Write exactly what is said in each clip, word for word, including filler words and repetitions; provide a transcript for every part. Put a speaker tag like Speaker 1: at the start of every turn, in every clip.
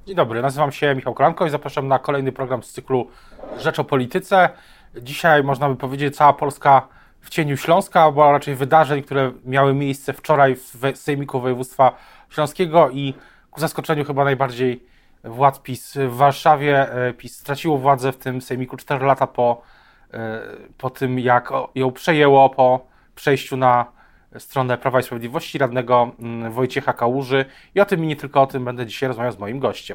Speaker 1: Dzień dobry, nazywam się Michał Kolanko i zapraszam na kolejny program z cyklu Rzecz o Polityce. Dzisiaj można by powiedzieć cała Polska w cieniu Śląska, bo raczej wydarzeń, które miały miejsce wczoraj w Sejmiku Województwa Śląskiego i ku zaskoczeniu chyba najbardziej władz PiS w Warszawie. PiS straciło władzę w tym Sejmiku cztery lata po, po tym, jak ją przejęło po przejściu na stronę Prawa i Sprawiedliwości radnego Wojciecha Kałuży. I o tym i nie tylko o tym będę dzisiaj rozmawiał z moim gościem.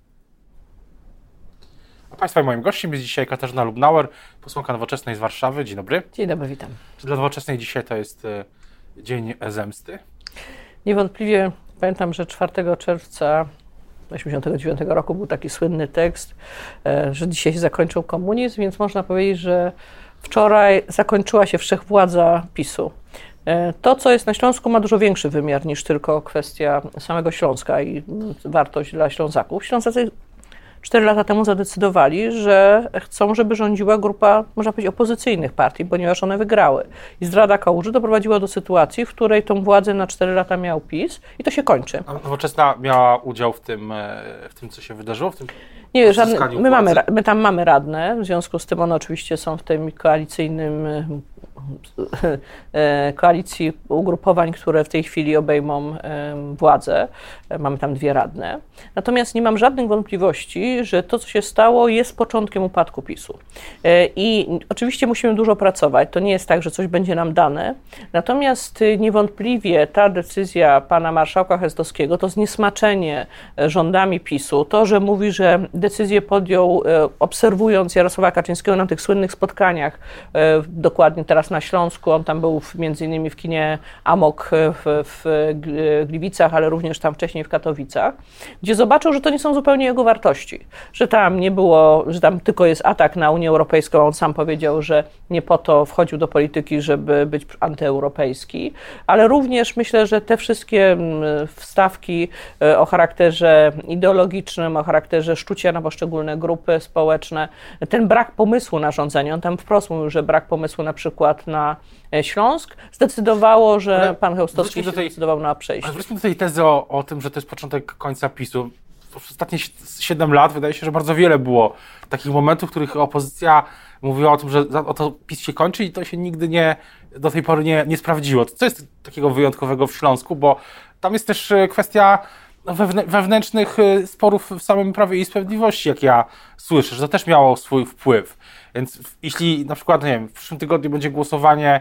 Speaker 1: A Państwa i moim gościem jest dzisiaj Katarzyna Lubnauer, posłanka Nowoczesnej z Warszawy. Dzień dobry.
Speaker 2: Dzień dobry, witam.
Speaker 1: Czy dla Nowoczesnej dzisiaj to jest dzień zemsty?
Speaker 2: Niewątpliwie pamiętam, że czwartego czerwca osiemdziesiątego dziewiątego roku był taki słynny tekst, że dzisiaj się zakończył komunizm, więc można powiedzieć, że wczoraj zakończyła się wszechwładza PiSu. To, co jest na Śląsku, ma dużo większy wymiar niż tylko kwestia samego Śląska i wartość dla Ślązaków. Ślązacy cztery lata temu zadecydowali, że chcą, żeby rządziła grupa, można powiedzieć, opozycyjnych partii, ponieważ one wygrały. I zdrada Kałuży doprowadziła do sytuacji, w której tą władzę na cztery lata miał PiS i to się kończy.
Speaker 1: A Nowoczesna miała udział w tym, w tym co się wydarzyło? W tym
Speaker 2: Nie, żadne, my, mamy, my tam mamy radne, w związku z tym one oczywiście są w tym koalicyjnym koalicji ugrupowań, które w tej chwili obejmą władzę. Mamy tam dwie radne. Natomiast nie mam żadnych wątpliwości, że to, co się stało, jest początkiem upadku PiSu. I oczywiście musimy dużo pracować. To nie jest tak, że coś będzie nam dane. Natomiast niewątpliwie ta decyzja pana marszałka Chełstowskiego, to zniesmaczenie rządami PiSu, to, że mówi, że decyzję podjął obserwując Jarosława Kaczyńskiego na tych słynnych spotkaniach, dokładnie teraz na Śląsku, on tam był w, między innymi w kinie Amok w, w Gliwicach, ale również tam wcześniej w Katowicach, gdzie zobaczył, że to nie są zupełnie jego wartości, że tam nie było, że tam tylko jest atak na Unię Europejską. On sam powiedział, że nie po to wchodził do polityki, żeby być antyeuropejski, ale również myślę, że te wszystkie wstawki o charakterze ideologicznym, o charakterze szczucia na poszczególne grupy społeczne, ten brak pomysłu na rządzenie, on tam wprost mówił, że brak pomysłu na przykład na Śląsk, zdecydowało, że ale pan Chełstowski się tej, zdecydował na przejście.
Speaker 1: Wróćmy do tej tezy o, o tym, że to jest początek końca PiSu. Przez ostatnie siedem lat wydaje się, że bardzo wiele było takich momentów, w których opozycja mówiła o tym, że o to PiS się kończy i to się nigdy nie, do tej pory nie, nie sprawdziło. Co jest takiego wyjątkowego w Śląsku, bo tam jest też kwestia wewnętrznych sporów w samym Prawie i Sprawiedliwości, jak ja słyszę, że to też miało swój wpływ. Więc jeśli na przykład, nie wiem, w przyszłym tygodniu będzie głosowanie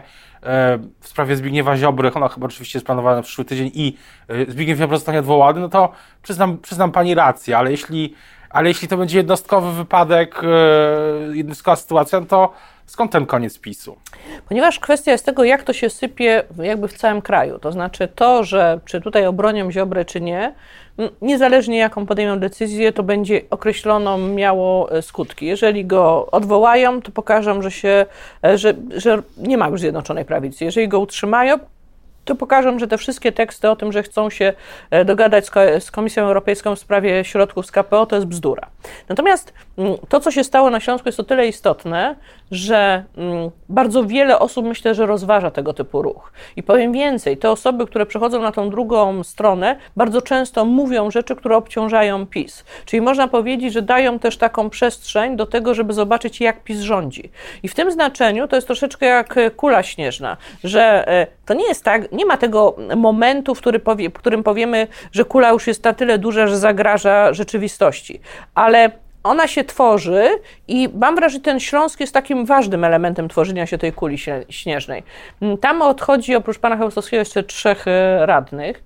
Speaker 1: w sprawie Zbigniewa Ziobry, ono chyba oczywiście jest planowane na przyszły tydzień i Zbigniew Ziobro zostanie odwołany, no to przyznam, przyznam pani rację, ale jeśli, ale jeśli to będzie jednostkowy wypadek, jednostkowa sytuacja, no to skąd ten koniec PiSu?
Speaker 2: Ponieważ kwestia jest tego, jak to się sypie jakby w całym kraju. To znaczy to, że czy tutaj obronią Ziobrę, czy nie, niezależnie jaką podejmą decyzję, to będzie określoną miało skutki. Jeżeli go odwołają, to pokażą, że, się, że, że nie ma już Zjednoczonej Prawicy. Jeżeli go utrzymają, to pokażą, że te wszystkie teksty o tym, że chcą się dogadać z Komisją Europejską w sprawie środków z K P O, to jest bzdura. Natomiast to, co się stało na Śląsku, jest o tyle istotne, że bardzo wiele osób, myślę, że rozważa tego typu ruch. I powiem więcej, te osoby, które przechodzą na tą drugą stronę, bardzo często mówią rzeczy, które obciążają PiS. Czyli można powiedzieć, że dają też taką przestrzeń do tego, żeby zobaczyć, jak PiS rządzi. I w tym znaczeniu to jest troszeczkę jak kula śnieżna, że to nie jest tak, nie ma tego momentu, w który powie, w którym powiemy, że kula już jest na tyle duża, że zagraża rzeczywistości. Ale ona się tworzy i mam wrażenie, że ten Śląsk jest takim ważnym elementem tworzenia się tej kuli śnieżnej. Tam odchodzi oprócz pana Chełstowskiego jeszcze trzech radnych.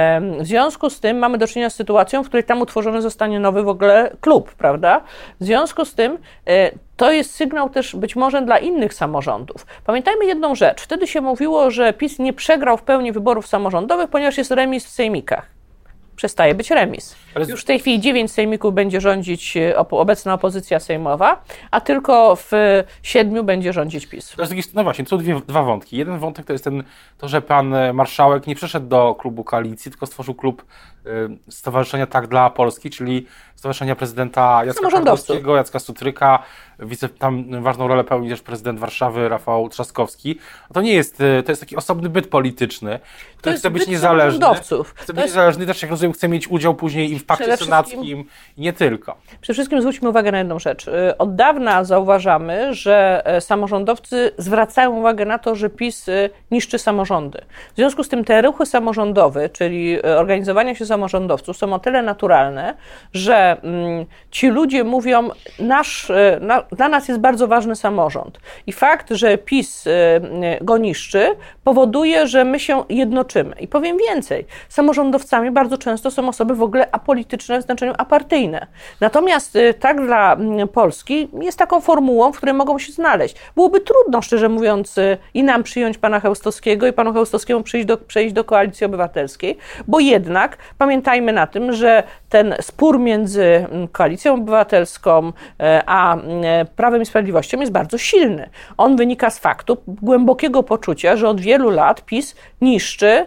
Speaker 2: W związku z tym mamy do czynienia z sytuacją, w której tam utworzony zostanie nowy w ogóle klub, prawda? W związku z tym to jest sygnał też być może dla innych samorządów. Pamiętajmy jedną rzecz. Wtedy się mówiło, że PiS nie przegrał w pełni wyborów samorządowych, ponieważ jest remis w sejmikach. Przestaje być remis. Już w tej chwili dziewięć sejmików będzie rządzić op- obecna opozycja sejmowa, a tylko w siedmiu będzie rządzić PiS.
Speaker 1: No właśnie, to są dwie, dwa wątki. Jeden wątek to jest ten, to, że pan marszałek nie przeszedł do klubu koalicji, tylko stworzył klub y, Stowarzyszenia Tak dla Polski, czyli Stowarzyszenia Prezydenta Jacka Karnowskiego, Jacka Sutryka, wice, tam ważną rolę pełni też prezydent Warszawy Rafał Trzaskowski. To nie jest, to jest taki osobny byt polityczny, który chce być niezależny. Chce być niezależny, też jak rozumiem, chce mieć udział później i w pakcie senackim i nie tylko.
Speaker 2: Przede wszystkim zwróćmy uwagę na jedną rzecz. Od dawna zauważamy, że samorządowcy zwracają uwagę na to, że PiS niszczy samorządy. W związku z tym te ruchy samorządowe, czyli organizowania się samorządowców są o tyle naturalne, że ci ludzie mówią, nasz, na, dla nas jest bardzo ważny samorząd. I fakt, że PiS go niszczy, powoduje, że my się jednoczymy. I powiem więcej, samorządowcami bardzo często są osoby w ogóle apolityczne w znaczeniu apartyjne. Natomiast tak dla Polski jest taką formułą, w której mogą się znaleźć. Byłoby trudno, szczerze mówiąc, i nam przyjąć pana Chełstowskiego i panu Chełstowskiemu przejść do, przejść do Koalicji Obywatelskiej, bo jednak pamiętajmy na tym, że ten spór między Koalicją Obywatelską a Prawem i Sprawiedliwością jest bardzo silny. On wynika z faktu głębokiego poczucia, że od wielu lat PiS niszczy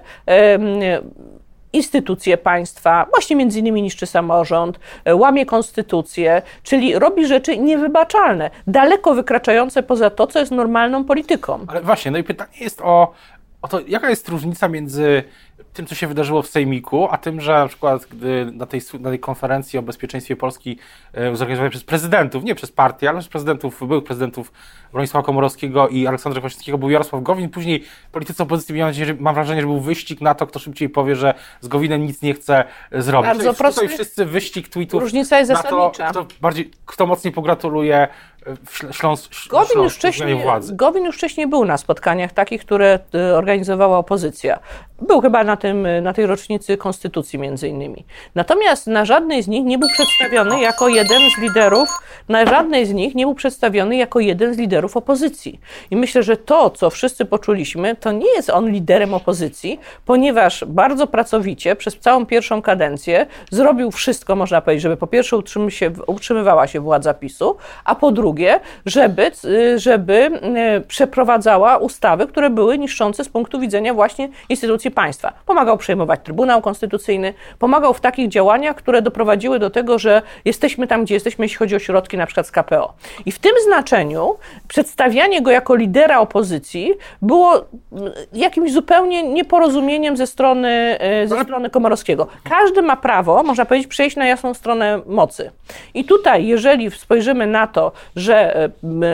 Speaker 2: instytucje państwa, właśnie między innymi niszczy samorząd, łamie konstytucję, czyli robi rzeczy niewybaczalne, daleko wykraczające poza to, co jest normalną polityką.
Speaker 1: Ale właśnie, no i pytanie jest o, o to, jaka jest różnica między tym, co się wydarzyło w Sejmiku, a tym, że na przykład gdy na tej, na tej konferencji o bezpieczeństwie Polski e, zorganizowanej przez prezydentów, nie przez partię, ale przez prezydentów, byłych prezydentów Bronisława Komorowskiego i Aleksandra Kwaśniewskiego był Jarosław Gowin, później politycy opozycji miałem nadzieję, że, mam wrażenie, że był wyścig na to, kto szybciej powie, że z Gowinem nic nie chce zrobić.
Speaker 2: Bardzo
Speaker 1: tutaj,
Speaker 2: prosty.
Speaker 1: Tutaj wszyscy wyścig tweetów
Speaker 2: Różnica jest
Speaker 1: na
Speaker 2: zasadnicza.
Speaker 1: to, kto, bardziej, kto mocniej pogratuluje Śląsk,
Speaker 2: Gowin,
Speaker 1: Śląsk,
Speaker 2: już wcześniej,
Speaker 1: władzy.
Speaker 2: Gowin już wcześniej był na spotkaniach takich, które organizowała opozycja. Był chyba na, tym, na tej rocznicy Konstytucji między innymi. Natomiast na żadnej z nich nie był przedstawiony jako jeden z liderów, na żadnej z nich nie był przedstawiony jako jeden z liderów opozycji. I myślę, że to, co wszyscy poczuliśmy, to nie jest on liderem opozycji, ponieważ bardzo pracowicie przez całą pierwszą kadencję zrobił wszystko, można powiedzieć, żeby po pierwsze utrzym się, utrzymywała się władza PiSu, a po drugie, żeby, żeby przeprowadzała ustawy, które były niszczące z punktu widzenia właśnie instytucji państwa. Pomagał przejmować Trybunał Konstytucyjny, pomagał w takich działaniach, które doprowadziły do tego, że jesteśmy tam, gdzie jesteśmy, jeśli chodzi o środki na przykład z K P O. I w tym znaczeniu przedstawianie go jako lidera opozycji było jakimś zupełnie nieporozumieniem ze strony, ze strony Komorowskiego. Każdy ma prawo, można powiedzieć, przejść na jasną stronę mocy. I tutaj, jeżeli spojrzymy na to, że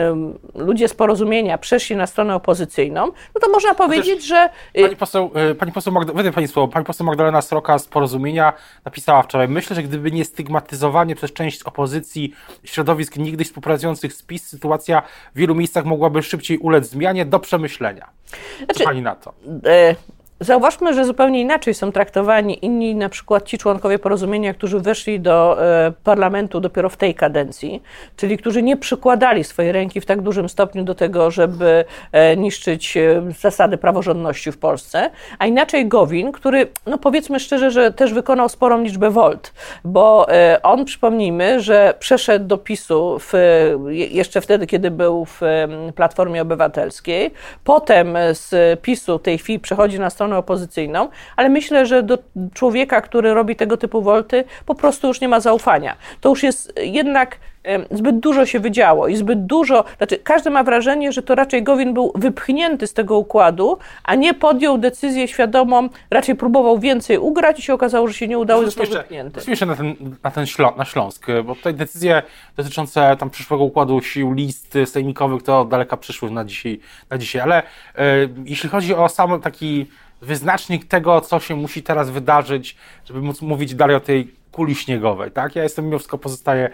Speaker 2: ludzie z Porozumienia przeszli na stronę opozycyjną, no to można powiedzieć, że...
Speaker 1: Pani poseł, pani poseł, Magda, wydaje pani słowo, pani poseł Magdalena Sroka z Porozumienia napisała wczoraj: myślę, że gdyby nie stygmatyzowanie przez część opozycji środowisk niegdyś współpracujących z PiS, sytuacja w wielu miejscach mogłaby szybciej ulec zmianie, do przemyślenia. Co znaczy, pani na to?
Speaker 2: Y Zauważmy, że zupełnie inaczej są traktowani inni, na przykład ci członkowie Porozumienia, którzy weszli do e, parlamentu dopiero w tej kadencji, czyli którzy nie przykładali swojej ręki w tak dużym stopniu do tego, żeby e, niszczyć e, zasady praworządności w Polsce, a inaczej Gowin, który, no powiedzmy szczerze, że też wykonał sporą liczbę wolt, bo e, on, przypomnijmy, że przeszedł do PiSu w, jeszcze wtedy, kiedy był w Platformie Obywatelskiej, potem z PiSu w tej chwili przechodzi na stronę opozycyjną, ale myślę, że do człowieka, który robi tego typu wolty, po prostu już nie ma zaufania. To już jest jednak zbyt dużo się wydziało i zbyt dużo, znaczy każdy ma wrażenie, że to raczej Gowin był wypchnięty z tego układu, a nie podjął decyzję świadomą, raczej próbował więcej ugrać i się okazało, że się nie udało, został wypchnięty.
Speaker 1: Jeszcze na ten, na ten Ślą- na Śląsk, bo tutaj decyzje dotyczące tam przyszłego układu sił, list sejmikowych to daleka przyszłość na dzisiaj, na dzisiaj. ale e, jeśli chodzi o sam taki wyznacznik tego, co się musi teraz wydarzyć, żeby móc mówić dalej o tej kuli śniegowej, tak? Ja jestem mimo wszystko pozostaję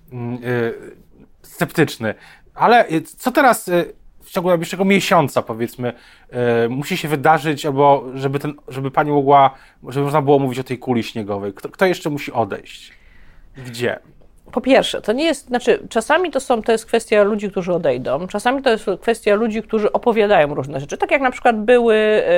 Speaker 1: Yy, sceptyczny. Ale co teraz yy, w ciągu najbliższego miesiąca, powiedzmy, yy, musi się wydarzyć, albo żeby, ten, żeby pani mogła, żeby można było mówić o tej kuli śniegowej? Kto, kto jeszcze musi odejść? Gdzie?
Speaker 2: Po pierwsze, to nie jest, znaczy czasami to są, to jest kwestia ludzi, którzy odejdą, czasami to jest kwestia ludzi, którzy opowiadają różne rzeczy, tak jak na przykład były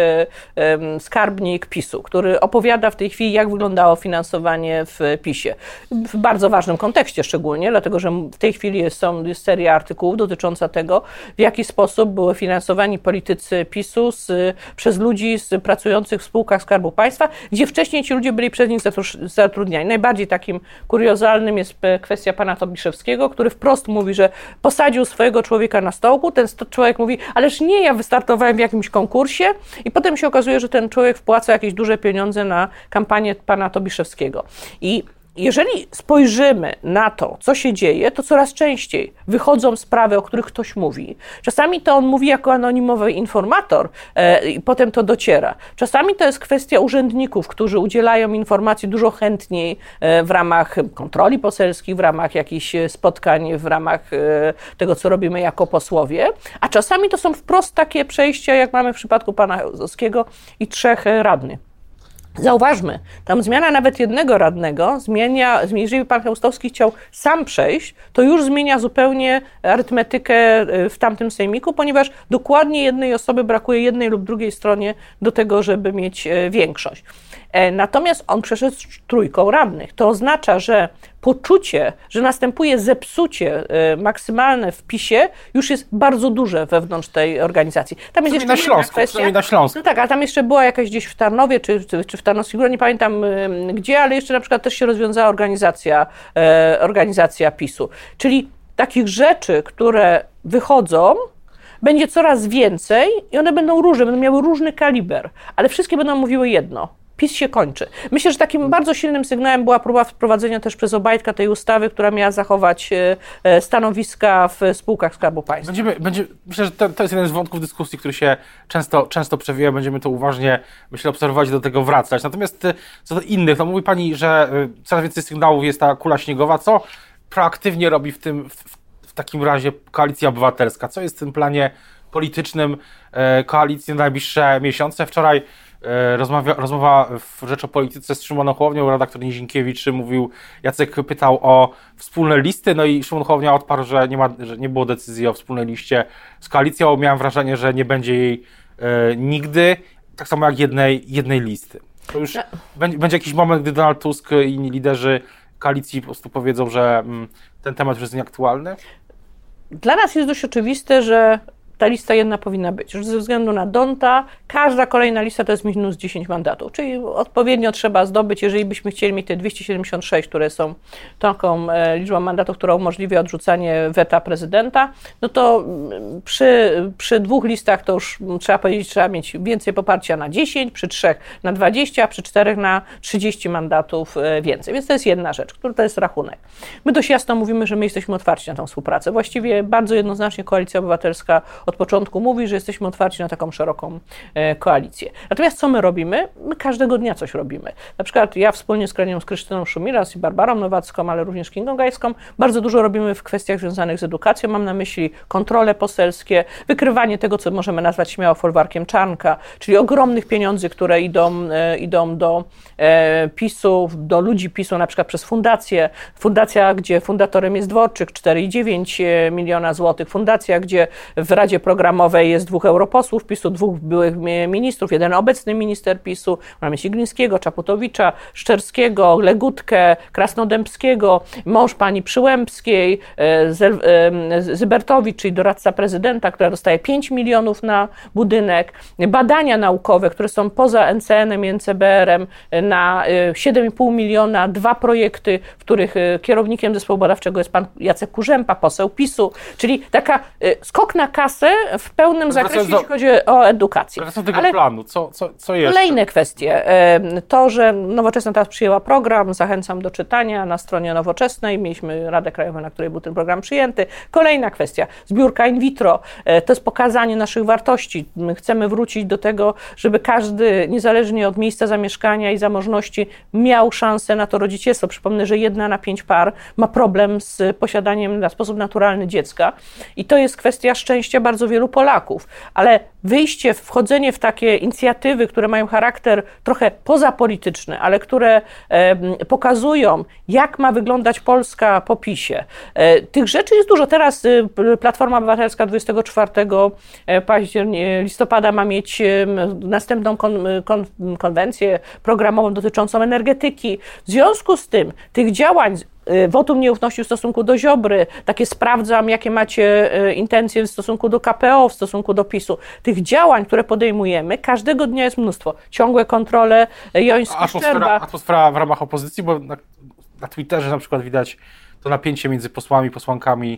Speaker 2: y, y, skarbnik PiSu, który opowiada w tej chwili, jak wyglądało finansowanie w PiSie. W bardzo ważnym kontekście szczególnie, dlatego że w tej chwili jest, są, jest seria artykułów dotycząca tego, w jaki sposób były finansowani politycy PiSu z, przez ludzi z, pracujących w spółkach Skarbu Państwa, gdzie wcześniej ci ludzie byli przez nich zatrudniani. Najbardziej takim kuriozalnym jest kwestia pana Tobiszewskiego, który wprost mówi, że posadził swojego człowieka na stołku, ten człowiek mówi, ależ nie, ja wystartowałem w jakimś konkursie i potem się okazuje, że ten człowiek wpłaca jakieś duże pieniądze na kampanię pana Tobiszewskiego. I jeżeli spojrzymy na to, co się dzieje, to coraz częściej wychodzą sprawy, o których ktoś mówi. Czasami to on mówi jako anonimowy informator e, i potem to dociera. Czasami to jest kwestia urzędników, którzy udzielają informacji dużo chętniej e, w ramach kontroli poselskich, w ramach jakichś spotkań, w ramach e, tego, co robimy jako posłowie, a czasami to są wprost takie przejścia, jak mamy w przypadku pana Chełstowskiego i trzech radnych. Zauważmy, tam zmiana nawet jednego radnego zmienia, jeżeli pan Chełstowski chciał sam przejść, to już zmienia zupełnie arytmetykę w tamtym sejmiku, ponieważ dokładnie jednej osoby brakuje jednej lub drugiej stronie do tego, żeby mieć większość. Natomiast on przeszedł z trójką radnych. To oznacza, że poczucie, że następuje zepsucie maksymalne w PiSie już jest bardzo duże wewnątrz tej organizacji. Tam jest jeszcze
Speaker 1: na Śląsku,
Speaker 2: kwestia.
Speaker 1: na Śląsku.
Speaker 2: No tak, a tam jeszcze była jakaś gdzieś w Tarnowie, czy, czy, czy w Tarnowskiej Górze, nie pamiętam gdzie, ale jeszcze na przykład też się rozwiązała organizacja, e, organizacja PiSu. Czyli takich rzeczy, które wychodzą, będzie coraz więcej i one będą różne, będą miały różny kaliber, ale wszystkie będą mówiły jedno. PiS się kończy. Myślę, że takim bardzo silnym sygnałem była próba wprowadzenia też przez Obajtka tej ustawy, która miała zachować stanowiska w spółkach Skarbu Państwa.
Speaker 1: Będziemy, będzie, myślę, że to, to jest jeden z wątków dyskusji, który się często, często przewija. Będziemy to uważnie, myślę, obserwować i do tego wracać. Natomiast co do innych, no mówi Pani, że coraz więcej sygnałów jest ta kula śniegowa. Co proaktywnie robi w tym, w, w takim razie Koalicja Obywatelska? Co jest w tym planie politycznym koalicji na najbliższe miesiące? Wczoraj Rozmawia, rozmowa w Rzecz o Polityce z Szymonem Hołownią, redaktor Nizinkiewicz mówił, Jacek pytał o wspólne listy, no i Szymon Hołownia odparł, że nie, ma, że nie było decyzji o wspólnej liście z koalicją. Miałem wrażenie, że nie będzie jej e, nigdy, tak samo jak jednej, jednej listy. To już no. będzie, będzie jakiś moment, gdy Donald Tusk i inni liderzy koalicji po prostu powiedzą, że mm, ten temat już jest nieaktualny?
Speaker 2: Dla nas jest dość oczywiste, że ta lista jedna powinna być. Ze względu na Donta, każda kolejna lista to jest minus dziesięć mandatów, czyli odpowiednio trzeba zdobyć, jeżeli byśmy chcieli mieć te dwieście siedemdziesiąt sześć, które są taką liczbą mandatów, która umożliwia odrzucanie weta prezydenta, no to przy, przy dwóch listach to już trzeba powiedzieć, trzeba mieć więcej poparcia na dziesięć, przy trzech na dwadzieścia, a przy czterech na trzydzieści mandatów więcej. Więc to jest jedna rzecz, która to jest rachunek. My dość jasno mówimy, że my jesteśmy otwarci na tę współpracę. Właściwie bardzo jednoznacznie Koalicja Obywatelska od początku mówi, że jesteśmy otwarci na taką szeroką e, koalicję. Natomiast co my robimy? My każdego dnia coś robimy. Na przykład ja wspólnie z Kranią, z Krystyną Szumilas i Barbarą Nowacką, ale również Kingą Gajską, bardzo dużo robimy w kwestiach związanych z edukacją. Mam na myśli kontrole poselskie, wykrywanie tego, co możemy nazwać śmiało folwarkiem Czarnka, czyli ogromnych pieniędzy, które idą, e, idą do e, PiSu, do ludzi PiSu, na przykład przez fundację. Fundacja, gdzie fundatorem jest Dworczyk, cztery i dziewięć miliona złotych. Fundacja, gdzie w Radzie Programowej jest dwóch europosłów PiSu, dwóch byłych ministrów, jeden obecny minister PiSu, mamy Siglińskiego, Czaputowicza, Szczerskiego, Legutkę, Krasnodębskiego, mąż pani Przyłębskiej, Zybertowicz, czyli doradca prezydenta, która dostaje pięć milionów na budynek, badania naukowe, które są poza N C N-em i N C B R-em na siedem i pół miliona, dwa projekty, w których kierownikiem zespołu badawczego jest pan Jacek Kurzępa, poseł PiSu, czyli taka skok na kasę w pełnym zakresie, do, jeśli chodzi o edukację.
Speaker 1: Wracam do tego Ale planu, co, co, co jeszcze?
Speaker 2: Kolejne kwestie. To, że Nowoczesna teraz przyjęła program, zachęcam do czytania na stronie Nowoczesnej, mieliśmy Radę Krajową, na której był ten program przyjęty. Kolejna kwestia, zbiórka in vitro, to jest pokazanie naszych wartości. My chcemy wrócić do tego, żeby każdy, niezależnie od miejsca zamieszkania i zamożności, miał szansę na to rodzicielstwo. Przypomnę, że jedna na pięć par ma problem z posiadaniem na sposób naturalny dziecka i to jest kwestia szczęścia bardzo wielu Polaków, ale wyjście, wchodzenie w takie inicjatywy, które mają charakter trochę pozapolityczny, ale które e, pokazują, jak ma wyglądać Polska po PiSie. E, tych rzeczy jest dużo. Teraz e, Platforma Obywatelska dwudziestego czwartego października, listopada ma mieć e, następną kon, kon, konwencję programową dotyczącą energetyki. W związku z tym tych działań wotum nieufności w stosunku do Ziobry, takie sprawdzam, jakie macie intencje w stosunku do K P O, w stosunku do PiSu. Tych działań, które podejmujemy, każdego dnia jest mnóstwo. Ciągłe kontrole, Joński-Szczerba.
Speaker 1: Atmosfera w ramach opozycji, bo na, na Twitterze na przykład widać to napięcie między posłami, posłankami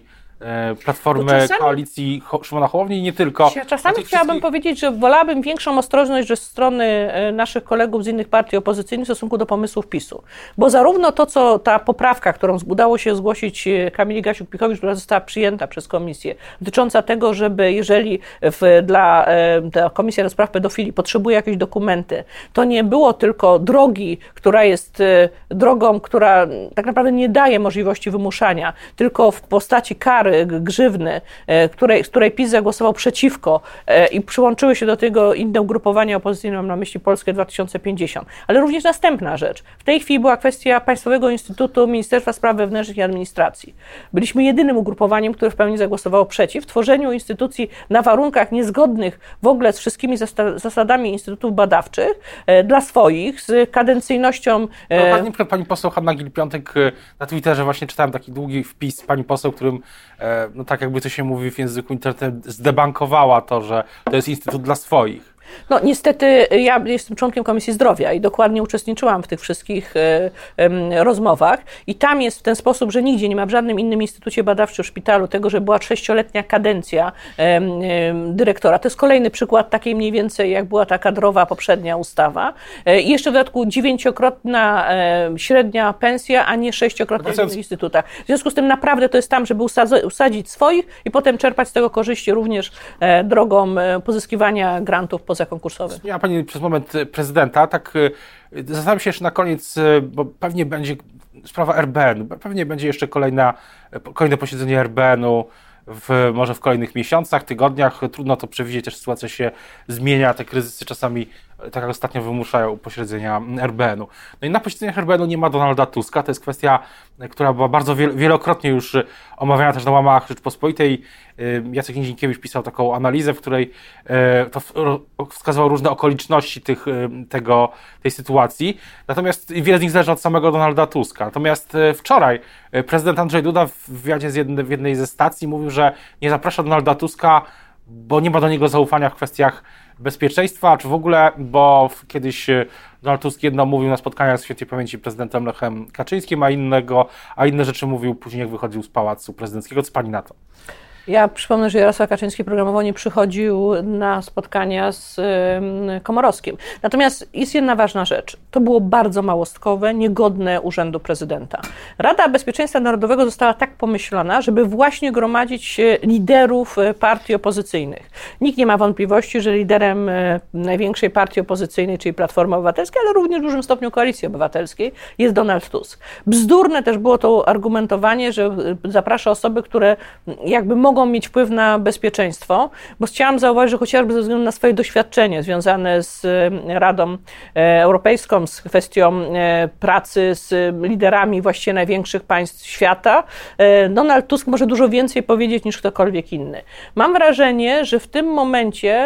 Speaker 1: Platformy, czasami, koalicji Szymona Hołowni i nie tylko.
Speaker 2: Ja czasami chciałabym wszystkich... powiedzieć, że wolałabym większą ostrożność ze strony naszych kolegów z innych partii opozycyjnych w stosunku do pomysłów PiSu. Bo zarówno to, co ta poprawka, którą udało się zgłosić Kamili Gasiuk-Pihowicz, która została przyjęta przez komisję, dotycząca tego, żeby jeżeli w, dla ta Komisja do Spraw Pedofilii potrzebuje jakieś dokumenty, to nie było tylko drogi, która jest drogą, która tak naprawdę nie daje możliwości wymuszania, tylko w postaci kary, grzywny, której, z której PiS zagłosował przeciwko i przyłączyły się do tego inne ugrupowania opozycyjne, mam na myśli Polskę dwa tysiące pięćdziesiąt. Ale również następna rzecz. W tej chwili była kwestia Państwowego Instytutu Ministerstwa Spraw Wewnętrznych i Administracji. Byliśmy jedynym ugrupowaniem, które w pełni zagłosowało przeciw tworzeniu instytucji na warunkach niezgodnych w ogóle z wszystkimi zasadami instytutów badawczych dla swoich, z kadencyjnością...
Speaker 1: No, pani, pani poseł Hanna Gill-Piątek na Twitterze właśnie czytałem taki długi wpis pani poseł, którym no tak jakby to się mówi w języku internetowym, zdebankowała to, że to jest instytut dla swoich.
Speaker 2: No niestety ja jestem członkiem Komisji Zdrowia i dokładnie uczestniczyłam w tych wszystkich e, e, rozmowach i tam jest w ten sposób, że nigdzie nie ma w żadnym innym instytucie badawczym w szpitalu tego, że była sześcioletnia kadencja e, e, dyrektora. To jest kolejny przykład takiej mniej więcej, jak była ta kadrowa poprzednia ustawa. E, I jeszcze w dodatku dziewięciokrotna e, średnia pensja, a nie sześciokrotna w innych instytutach. W związku z tym naprawdę to jest tam, żeby usadza- usadzić swoich i potem czerpać z tego korzyści również e, drogą e, pozyskiwania grantów poza konkursowy.
Speaker 1: Miała Pani przez moment prezydenta, tak zastanawiam się jeszcze na koniec, bo pewnie będzie sprawa R B N, pewnie będzie jeszcze kolejna, kolejne posiedzenie R B N-u w, może w kolejnych miesiącach, tygodniach, trudno to przewidzieć, też sytuacja się zmienia, te kryzysy czasami, tak jak ostatnio, wymuszają upośledzenia R B N-u. No i na posiedzeniach R B N-u nie ma Donalda Tuska, to jest kwestia, która była bardzo wielokrotnie już omawiana też na łamach Rzeczpospolitej. Jacek Niedźwiękiewicz pisał taką analizę, w której to wskazywał różne okoliczności tych, tego, tej sytuacji, natomiast wiele z nich zależy od samego Donalda Tuska. Natomiast wczoraj prezydent Andrzej Duda w wywiadzie z jednej, w jednej ze stacji mówił, że nie zaprasza Donalda Tuska, bo nie ma do niego zaufania w kwestiach bezpieczeństwa, czy w ogóle, bo kiedyś Donald Tusk jedno mówił na spotkaniach z świętej pamięci prezydentem Lechem Kaczyńskim, a innego, a inne rzeczy mówił później, jak wychodził z Pałacu Prezydenckiego. Co pani na to?
Speaker 2: Ja przypomnę, że Jarosław Kaczyński programowo nie przychodził na spotkania z Komorowskim. Natomiast jest jedna ważna rzecz. To było bardzo małostkowe, niegodne urzędu prezydenta. Rada Bezpieczeństwa Narodowego została tak pomyślana, żeby właśnie gromadzić liderów partii opozycyjnych. Nikt nie ma wątpliwości, że liderem największej partii opozycyjnej, czyli Platformy Obywatelskiej, ale również w dużym stopniu Koalicji Obywatelskiej, jest Donald Tusk. Bzdurne też było to argumentowanie, że zaprasza osoby, które jakby mogą mogą mieć wpływ na bezpieczeństwo, bo chciałam zauważyć, że chociażby ze względu na swoje doświadczenie związane z Radą Europejską, z kwestią pracy z liderami właściwie największych państw świata, Donald Tusk może dużo więcej powiedzieć niż ktokolwiek inny. Mam wrażenie, że w tym momencie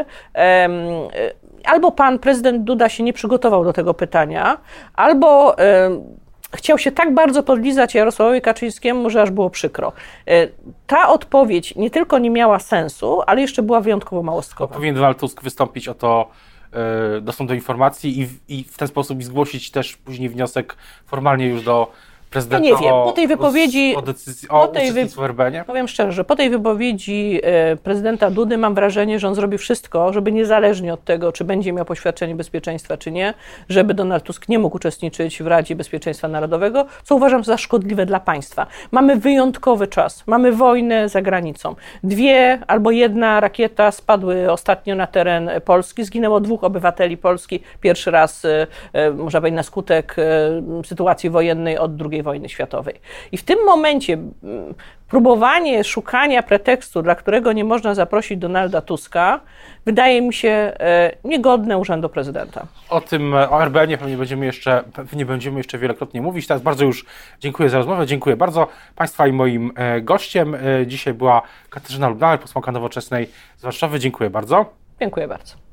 Speaker 2: albo pan prezydent Duda się nie przygotował do tego pytania, albo chciał się tak bardzo podlizać Jarosławowi Kaczyńskiemu, że aż było przykro. Ta odpowiedź nie tylko nie miała sensu, ale jeszcze była wyjątkowo małostkowa.
Speaker 1: Powinien Donald Tusk wystąpić o to, yy, dostęp do informacji i w, i w ten sposób zgłosić też później wniosek formalnie już do prezydenta.
Speaker 2: Ja nie wiem, po tej wypowiedzi,
Speaker 1: o, decyzji, o
Speaker 2: po tej
Speaker 1: uczestnictwie w R B N-ie?
Speaker 2: Powiem szczerze, że po tej wypowiedzi prezydenta Dudy mam wrażenie, że on zrobi wszystko, żeby niezależnie od tego, czy będzie miał poświadczenie bezpieczeństwa, czy nie, żeby Donald Tusk nie mógł uczestniczyć w Radzie Bezpieczeństwa Narodowego, co uważam za szkodliwe dla państwa. Mamy wyjątkowy czas, mamy wojnę za granicą. Dwie albo jedna rakieta spadły ostatnio na teren Polski, zginęło dwóch obywateli Polski, pierwszy raz, można powiedzieć, na skutek sytuacji wojennej od drugiej wojny światowej. I w tym momencie próbowanie szukania pretekstu, dla którego nie można zaprosić Donalda Tuska, wydaje mi się niegodne urzędu prezydenta.
Speaker 1: O tym, o R B N-ie pewnie będziemy jeszcze, pewnie będziemy jeszcze wielokrotnie mówić. Teraz bardzo już dziękuję za rozmowę, dziękuję bardzo Państwa i moim gościem. Dzisiaj była Katarzyna Lubnauer, posłanka Nowoczesnej z Warszawy. Dziękuję bardzo.
Speaker 2: Dziękuję bardzo.